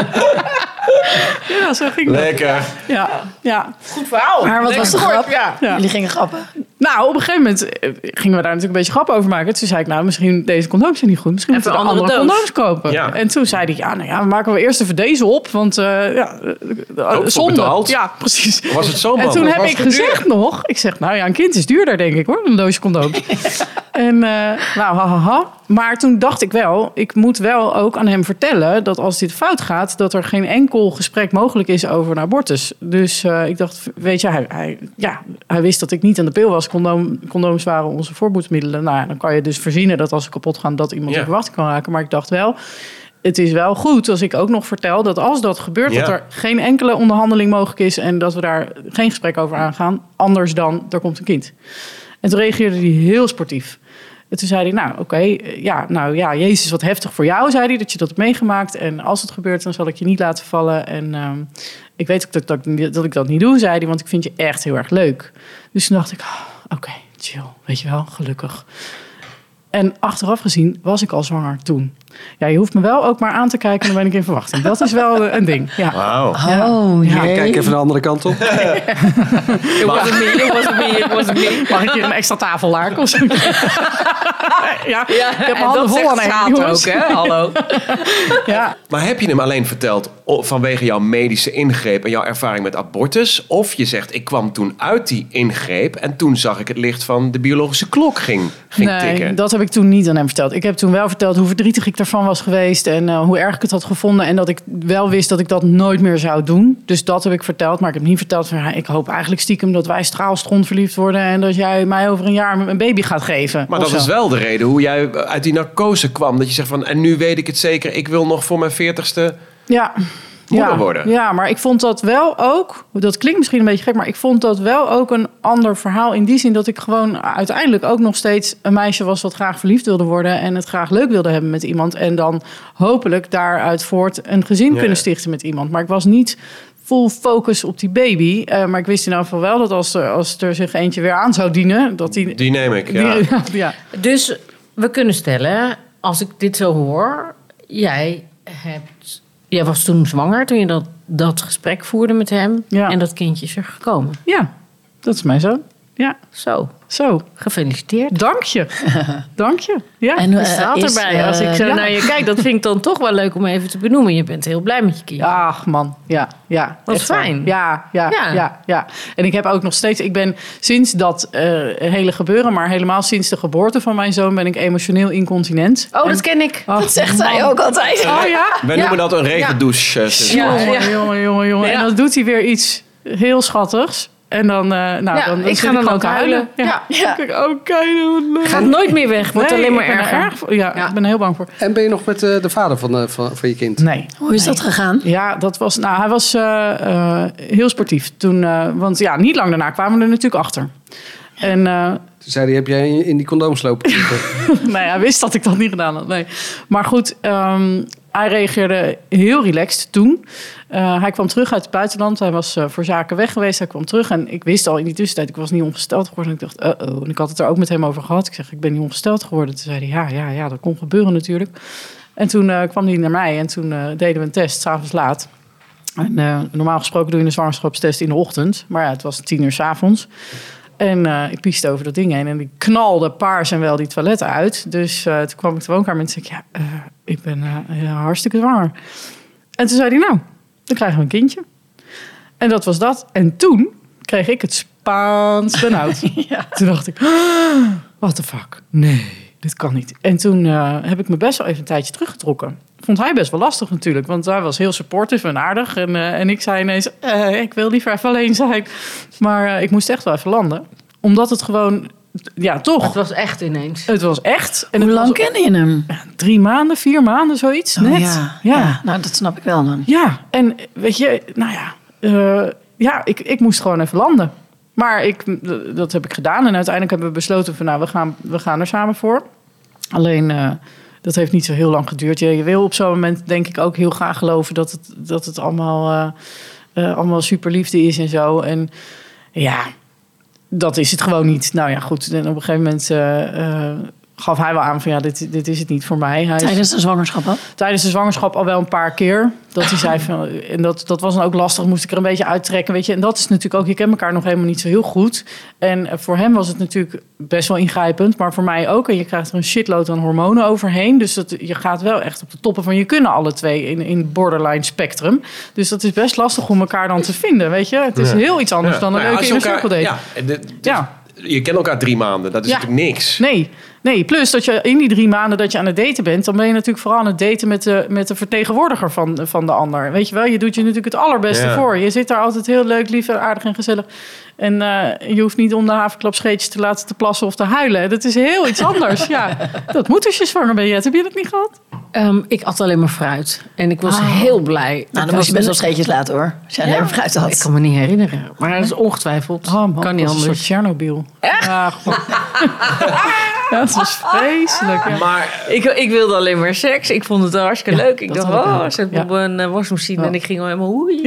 Ja, zo ging dat. Lekker. Ja. Goed verhaal. Maar wat was de Lekker grap? kort, ja. Jullie gingen grappen. Nou, op een gegeven moment gingen we daar natuurlijk een beetje grap over maken. Toen zei ik, nou, misschien deze condooms zijn niet goed. Misschien Even moeten we een andere andere condooms kopen. Ja. En toen zei hij, we maken we eerst even deze op. Want voor zonde. betaald. Ja, precies. Was het zo, En man? toen Of heb was ik het duur? gezegd nog... Ik zeg, nou ja, een kind is duurder, denk ik, hoor. Een doosje condooms. En haha. Maar toen dacht ik wel... Ik moet wel ook aan hem vertellen... dat als dit fout gaat... dat er geen enkel gesprek mogelijk is over een abortus. Dus ik dacht, weet je... Hij wist dat ik niet aan de pil was. Condooms waren onze voorboedsmiddelen. Nou ja, dan kan je dus voorzien dat als ze kapot gaan... dat iemand Ja. in verwachting kan raken. Maar ik dacht wel... Het is wel goed als ik ook nog vertel dat als dat gebeurt... Ja. dat er geen enkele onderhandeling mogelijk is... en dat we daar geen gesprek over aangaan. Anders dan, er komt een kind. En toen reageerde hij heel sportief. En toen zei hij, nou oké, Jezus, wat heftig voor jou, zei hij, dat je dat hebt meegemaakt. En als het gebeurt, dan zal ik je niet laten vallen. En ik weet ook dat ik dat niet doe, zei hij, want ik vind je echt heel erg leuk. Dus toen dacht ik, oké, chill, weet je wel, gelukkig. En achteraf gezien was ik al zwanger toen. Ja, je hoeft me wel ook maar aan te kijken en dan ben ik in verwachting. Dat is wel een ding, ja. Wauw. Oh, Ja. jee. Kijk even de andere kant op. It wasn't me. Mag ik hier een extra tafel laken of zo? Ja, ik heb mijn en handen dat vol aan zegt één, Schaat jongens. ook, hè? Hallo. Ja. Maar heb je hem alleen verteld vanwege jouw medische ingreep en jouw ervaring met abortus? Of je zegt, ik kwam toen uit die ingreep en toen zag ik het licht van de biologische klok ging tikken. Nee, dat heb ik toen niet aan hem verteld. Ik heb toen wel verteld hoe verdrietig ik daarvan was geweest... en hoe erg ik het had gevonden... en dat ik wel wist dat ik dat nooit meer zou doen. Dus dat heb ik verteld. Maar ik heb niet verteld van... ik hoop eigenlijk stiekem dat wij straalstront verliefd worden... en dat jij mij over een jaar een baby gaat geven. Maar of dat zo. is wel de reden hoe jij uit die narcose kwam. Dat je zegt van, en nu weet ik het zeker, ik wil nog voor mijn 40ste... Ja, moeder worden. Ja, maar ik vond dat wel ook... Dat klinkt misschien een beetje gek, maar ik vond dat wel ook een ander verhaal. In die zin dat ik gewoon uiteindelijk ook nog steeds een meisje was... wat graag verliefd wilde worden en het graag leuk wilde hebben met iemand. En dan hopelijk daaruit voort een gezin kunnen stichten met iemand. Maar ik was niet full focus op die baby. Maar ik wist in ieder geval wel dat als er zich eentje weer aan zou dienen... dat Die neem ik, ja. Ja. Dus we kunnen stellen, als ik dit zo hoor... Jij was toen zwanger toen je dat gesprek voerde met hem. Ja. En dat kindje is er gekomen. Ja, dat is mijn zoon. Ja. Zo. Gefeliciteerd. Dank je. Dank je. Ja. En Je staat erbij. Als ik zo naar je kijk, dat vind ik dan toch wel leuk om even te benoemen. Je bent heel blij met je kindje. Ach man, ja. Wat echt fijn. waar. Ja. En ik heb ook nog steeds... Ik ben sinds dat hele gebeuren... maar helemaal sinds de geboorte van mijn zoon... ben ik emotioneel incontinent. Oh, dat ken ik. Dat zegt hij ook altijd. Oh ja? Wij noemen dat een regendouche. Jongen. En dan doet hij weer iets heel schattigs. En dan, dan ik ga dan ook huilen. Ja. Oké, Gaat nooit meer weg. Wordt alleen maar erger. Ik ben er heel bang voor. En ben je nog met de vader van je kind? Nee. Hoe is dat gegaan? Ja, dat was... Nou, hij was heel sportief toen. Want ja, niet lang daarna kwamen we er natuurlijk achter. En... Toen zei hij, heb jij in die condoom lopen? Nee, hij wist dat ik dat niet gedaan had. Nee. Maar goed, hij reageerde heel relaxed toen. Hij kwam terug uit het buitenland. Hij was voor zaken weg geweest. Hij kwam terug en ik wist al in die tussentijd... ik was niet ongesteld geworden. En ik dacht, En ik had het er ook met hem over gehad. Ik zeg, ik ben niet ongesteld geworden. Toen zei hij, ja, dat kon gebeuren natuurlijk. En toen kwam hij naar mij en toen deden we een test, 's avonds laat. En, normaal gesproken doe je een zwangerschapstest in de ochtend. Maar ja, het was 10:00 's avonds. En ik pieste over dat ding heen en die knalde paars en wel die toiletten uit. Dus toen kwam ik de woonkamer en zei ik, ik ben hartstikke zwanger. En toen zei hij, nou, dan krijgen we een kindje. En dat was dat. En toen kreeg ik het Spaans benauwd. Toen dacht ik, what the fuck? Nee, dit kan niet. En toen heb ik me best wel even een tijdje teruggetrokken. Vond hij best wel lastig natuurlijk, want hij was heel supportive en aardig. En ik zei ineens, ik wil liever even alleen zijn. Maar ik moest echt wel even landen. Omdat het gewoon, ja toch. Het was echt ineens. Het was echt. En hoe lang kende je hem? 3 maanden, 4 maanden, zoiets. Oh, net. Ja, nou dat snap ik wel dan. Ja, en weet je, ik moest gewoon even landen. Maar dat heb ik gedaan. En uiteindelijk hebben we besloten van, we gaan er samen voor. Alleen... dat heeft niet zo heel lang geduurd. Je wil op zo'n moment denk ik ook heel graag geloven... dat het allemaal superliefde is en zo. En ja, dat is het gewoon niet. Nou ja, goed. En op een gegeven moment gaf hij wel aan van... dit is het niet voor mij. Tijdens de zwangerschap al? Tijdens de zwangerschap al wel een paar keer. Dat hij zei van... En dat was dan ook lastig. Moest ik er een beetje uittrekken, weet je. En dat is natuurlijk ook... Je kent elkaar nog helemaal niet zo heel goed. En voor hem was het natuurlijk best wel ingrijpend. Maar voor mij ook. En je krijgt er een shitload aan hormonen overheen. Dus je gaat wel echt op de toppen van je kunnen alle twee. In borderline spectrum. Dus dat is best lastig om elkaar dan te vinden, weet je. Het is heel iets anders dan een leuke inner circle date. Je kent elkaar 3 maanden. Dat is natuurlijk niks. Nee, plus dat je in die 3 maanden dat je aan het daten bent... dan ben je natuurlijk vooral aan het daten met de vertegenwoordiger van de ander. Weet je wel, je doet je natuurlijk het allerbeste voor. Je zit daar altijd heel leuk, lief, aardig en gezellig. En je hoeft niet om de haverklapscheetjes te laten te plassen of te huilen. Dat is heel iets anders. Ja, dat moet als je zwanger bent. Heb je dat niet gehad? Ik at alleen maar fruit. En ik was heel blij. Nou, dan moest je best wel scheetjes laten hoor. Als je alleen maar fruit had. Ik kan me niet herinneren. Maar dat is ongetwijfeld. Kan niet anders. Een soort Chernobyl. Ja, dat was vreselijk. Ja. Maar ik wilde alleen maar seks. Ik vond het hartstikke leuk. Ik dacht, zet me op een wasmachine. En ik ging al helemaal hoei.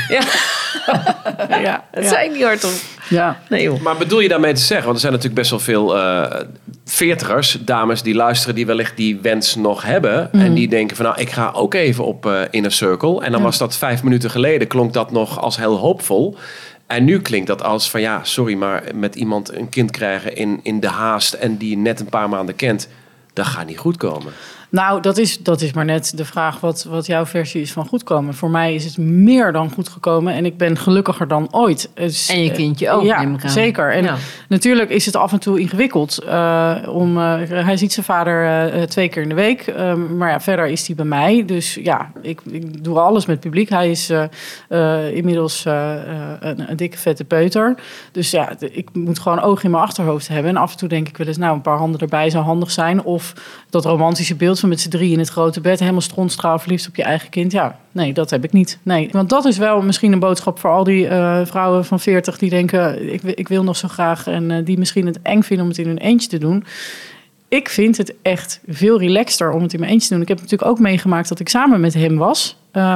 Dat zei ik niet hardop. Ja. Nee, joh. Maar bedoel je daarmee te zeggen? Want er zijn natuurlijk best wel veel 40ers, dames die luisteren... die wellicht die wens nog hebben. En die denken van, ik ga ook even op Inner Circle. En dan was dat 5 minuten geleden. Klonk dat nog als heel hoopvol. En nu klinkt dat als van, sorry, maar met iemand een kind krijgen in de haast... en die je net een paar maanden kent, dat gaat niet goed komen. Nou, dat is maar net de vraag wat jouw versie is van goed komen. Voor mij is het meer dan goed gekomen en ik ben gelukkiger dan ooit. Dus, en je kindje ook, neem ik aan. Zeker. En natuurlijk is het af en toe ingewikkeld. Hij ziet zijn vader 2 keer in de week. Maar verder is hij bij mij. Dus ik doe alles met publiek. Hij is inmiddels een dikke vette peuter. Dus ik moet gewoon oog in mijn achterhoofd hebben. En af en toe denk ik wel eens, een paar handen erbij zou handig zijn. Of dat romantische beeld van met z'n 3 in het grote bed, helemaal strontstraal verliefd op je eigen kind. Ja, nee, dat heb ik niet. Nee, want dat is wel misschien een boodschap voor al die vrouwen van 40 die denken, ik wil nog zo graag en die misschien het eng vinden om het in hun eentje te doen. Ik vind het echt veel relaxter om het in mijn eentje te doen. Ik heb natuurlijk ook meegemaakt dat ik samen met hem was.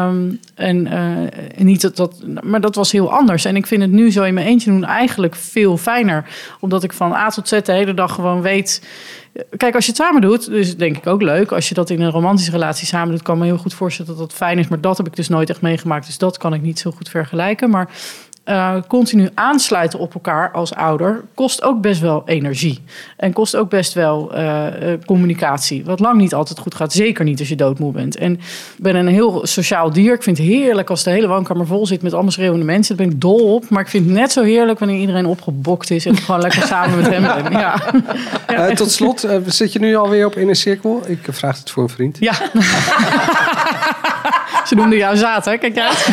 Niet dat, maar dat was heel anders. En ik vind het nu zo in mijn eentje doen eigenlijk veel fijner. Omdat ik van A tot Z de hele dag gewoon weet. Kijk, als je het samen doet, dus denk ik ook leuk. Als je dat in een romantische relatie samen doet, kan me heel goed voorstellen dat dat fijn is. Maar dat heb ik dus nooit echt meegemaakt. Dus dat kan ik niet zo goed vergelijken. Maar continu aansluiten op elkaar als ouder kost ook best wel energie. En kost ook best wel communicatie. Wat lang niet altijd goed gaat. Zeker niet als je doodmoe bent. En ik ben een heel sociaal dier. Ik vind het heerlijk als de hele woonkamer vol zit met allemaal schreeuwende mensen. Daar ben ik dol op. Maar ik vind het net zo heerlijk wanneer iedereen opgebokt is. En ik gewoon lekker samen met hem ben. Ja. Tot slot, zit je nu alweer op Inner Cirkel? Ik vraag het voor een vriend. Ja. Ze noemden jou zaad, hè? Kijk uit.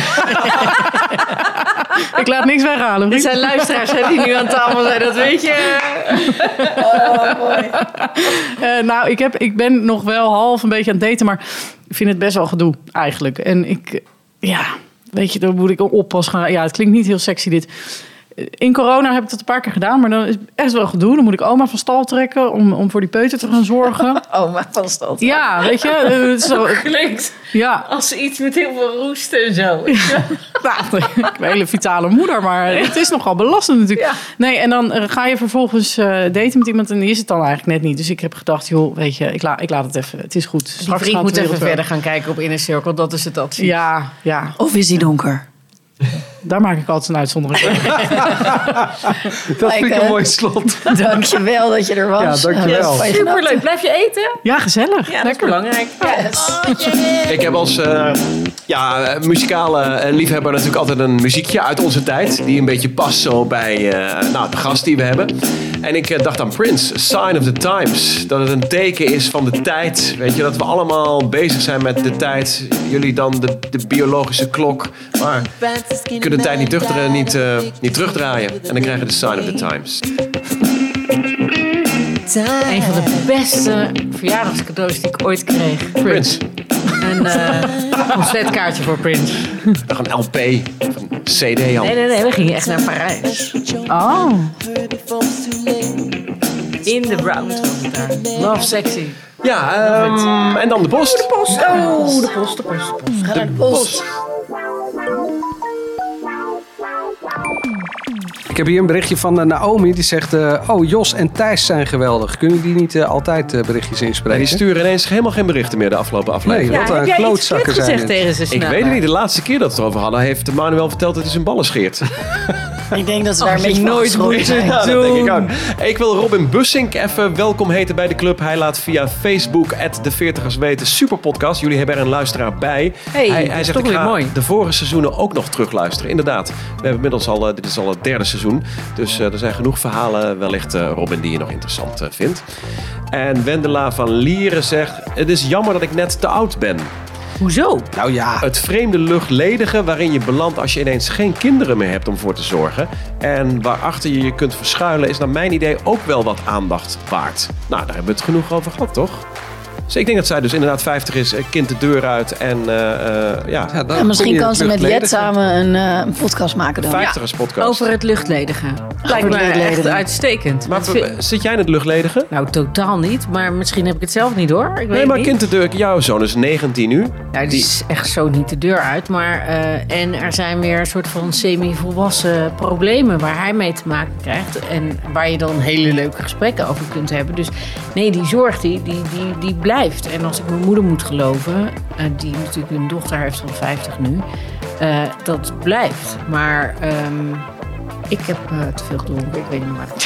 Ik laat niks weghalen. Er zijn luisteraars die nu aan tafel zijn, dat weet je. Oh, mooi. Nou, ik ben nog wel half een beetje aan het daten, maar ik vind het best wel gedoe eigenlijk. En weet je, dan moet ik een oppas gaan. Ja, het klinkt niet heel sexy dit. In corona heb ik dat een paar keer gedaan, maar dan is het echt wel gedoe. Dan moet ik oma van stal trekken om voor die peuter te gaan zorgen. Oma van stal trekken. Ja, weet je. Het zo, klinkt als iets met heel veel roest en zo. Nou, ik ben een hele vitale moeder, maar het is nogal belastend natuurlijk. Ja. Nee, en dan ga je vervolgens daten met iemand en die is het dan eigenlijk net niet. Dus ik heb gedacht, joh, weet je, ik laat het even. Het is goed. Straks die vriend moet even verder gaan kijken op Inner Circle, dat is het advies. Ja. Of is hij donker? Daar maak ik altijd een uitzondering op. Dat vind ik een mooi slot. Dankjewel dat je er was. Ja, dankjewel. Superleuk. Blijf je eten? Ja, gezellig. Ja, dat is belangrijk. Yes. Ik heb als muzikale liefhebber natuurlijk altijd een muziekje uit onze tijd. Die een beetje past zo bij de gast die we hebben. En ik dacht aan Prince, Sign of the Times. Dat het een teken is van de tijd. Weet je, dat we allemaal bezig zijn met de tijd. Jullie dan de biologische klok. Maar je kunt de tijd niet terugdraaien. En dan krijg je de Sign of the Times. Een van de beste verjaardagscadeaus die ik ooit kreeg. Prince. Een concertkaartje voor Prince. Nog een LP of een CD al. Nee, we gingen echt naar Parijs. Oh. In de Browns was het daar. Love Sexy. Ja, en dan de post. De post. Oh, de post. Ga naar de post. Ik heb hier een berichtje van Naomi. Die zegt, Jos en Thijs zijn geweldig. Kunnen die niet altijd berichtjes inspreken? Die sturen ineens helemaal geen berichten meer de afgelopen aflevering. Nee, wat een klootzakken zijn het. Tegen ze Ik weet het niet. De laatste keer dat we het erover hadden, heeft Manuel verteld dat hij zijn ballen scheert. Ik denk dat ze daar een beetje nooit moeten zijn. Ja, dat denk ik ook. Ik wil Robin Bussink even welkom heten bij de club. Hij laat via Facebook @de40ers weten. Super podcast. Jullie hebben er een luisteraar bij. Hij zegt, ik ga de vorige seizoenen ook nog terugluisteren. Inderdaad. We hebben inmiddels dit is al het 3e seizoen. Dus er zijn genoeg verhalen wellicht, Robin, die je nog interessant vindt. En Wendela van Lieren zegt, het is jammer dat ik net te oud ben. Hoezo? Nou ja, het vreemde luchtledige waarin je belandt als je ineens geen kinderen meer hebt om voor te zorgen. En waarachter je je kunt verschuilen is naar mijn idee ook wel wat aandacht waard. Nou, daar hebben we het genoeg over gehad, toch? Dus ik denk dat zij dus inderdaad 50 is, kind de deur uit en misschien kan ze met Jet samen een podcast maken dan. 50ers podcast. Over het luchtledige. Lijkt me echt uitstekend. Maar zit jij in het luchtledige? Nou, totaal niet. Maar misschien heb ik het zelf niet hoor. Ik weet niet. Kind de deur, jouw zoon is 19 nu. Ja, die is echt zo niet de deur uit. Maar, en er zijn weer een soort van semi-volwassen problemen waar hij mee te maken krijgt. En waar je dan hele leuke gesprekken over kunt hebben. Dus nee, die zorg die blijft. En als ik mijn moeder moet geloven, die natuurlijk een dochter heeft van 50 nu, dat blijft. Maar ik heb te veel gedronken. Ik weet niet waar ik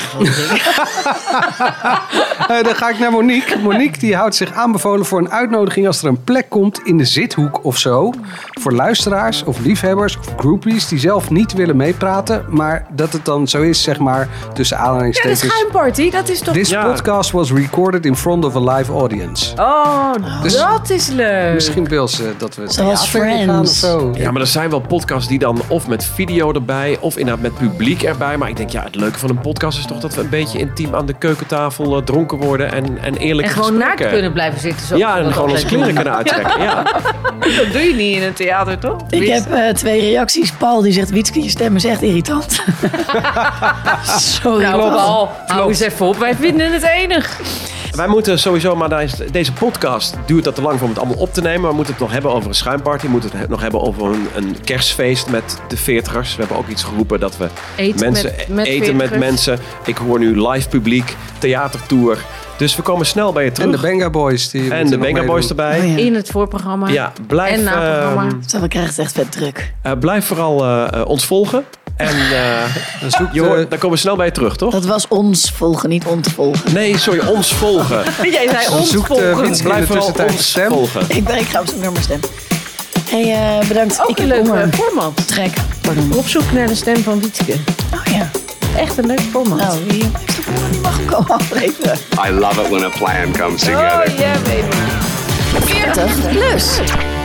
Dan ga ik naar Monique. Monique die houdt zich aanbevolen voor een uitnodiging als er een plek komt in de zithoek of zo. Voor luisteraars of liefhebbers of groupies die zelf niet willen meepraten. Maar dat het dan zo is, zeg maar, tussen aanhalingstekens. Ja, de schuimparty, dat is toch... This podcast was recorded in front of a live audience. Oh, dus dat is leuk. Misschien wil ze dat we zoals Friends gaan of zo. Ja, maar er zijn wel podcasts die dan of met video erbij of inderdaad met publiek muziek erbij. Maar ik denk, het leuke van een podcast is toch dat we een beetje intiem aan de keukentafel dronken worden en eerlijk En gewoon gesprekken. naakt kunnen blijven zitten. Zo Ja, en gewoon onze kleren kunnen uittrekken. Ja. Dat doe je niet in een theater, toch? Ik heb 2 reacties. Paul die zegt, Wietske, je stem is echt irritant. Sorry, Nou, Paul. Paul, hou eens even op. Wij vinden het enig. Wij moeten sowieso, maar deze podcast duurt dat te lang om het allemaal op te nemen. We moeten het nog hebben over een schuimparty. We moeten het nog hebben over een kerstfeest met de 40ers. We hebben ook iets geroepen dat we Eten met 40ers. mensen. Ik hoor nu live publiek, theatertour. Dus we komen snel bij je terug. En de Benga Boys. En de Benga Boys erbij. Oh, ja. In het voorprogramma. Ja, blijf, En naprogramma. Zo, we krijgen het echt vet druk. blijf vooral ons volgen. En dan komen we snel bij je terug, toch? Dat was ons volgen, niet on te volgen. Nee, sorry, ons volgen. Jij zei ons Zoekt volgen. Wietske in Blijf de vooral tussentijd ons stem. volgen. Ik ga op zoek naar mijn stem. Hey, bedankt. Ook ik een heb leuke honger. format. Trek. Pardon. Op zoek naar de stem van Wietske. Oh ja. Echt een leuk format. Nou, wie heeft de volgende niet mag komen afleveren? I love it when a plan comes together. Oh, yeah, baby. 40 plus.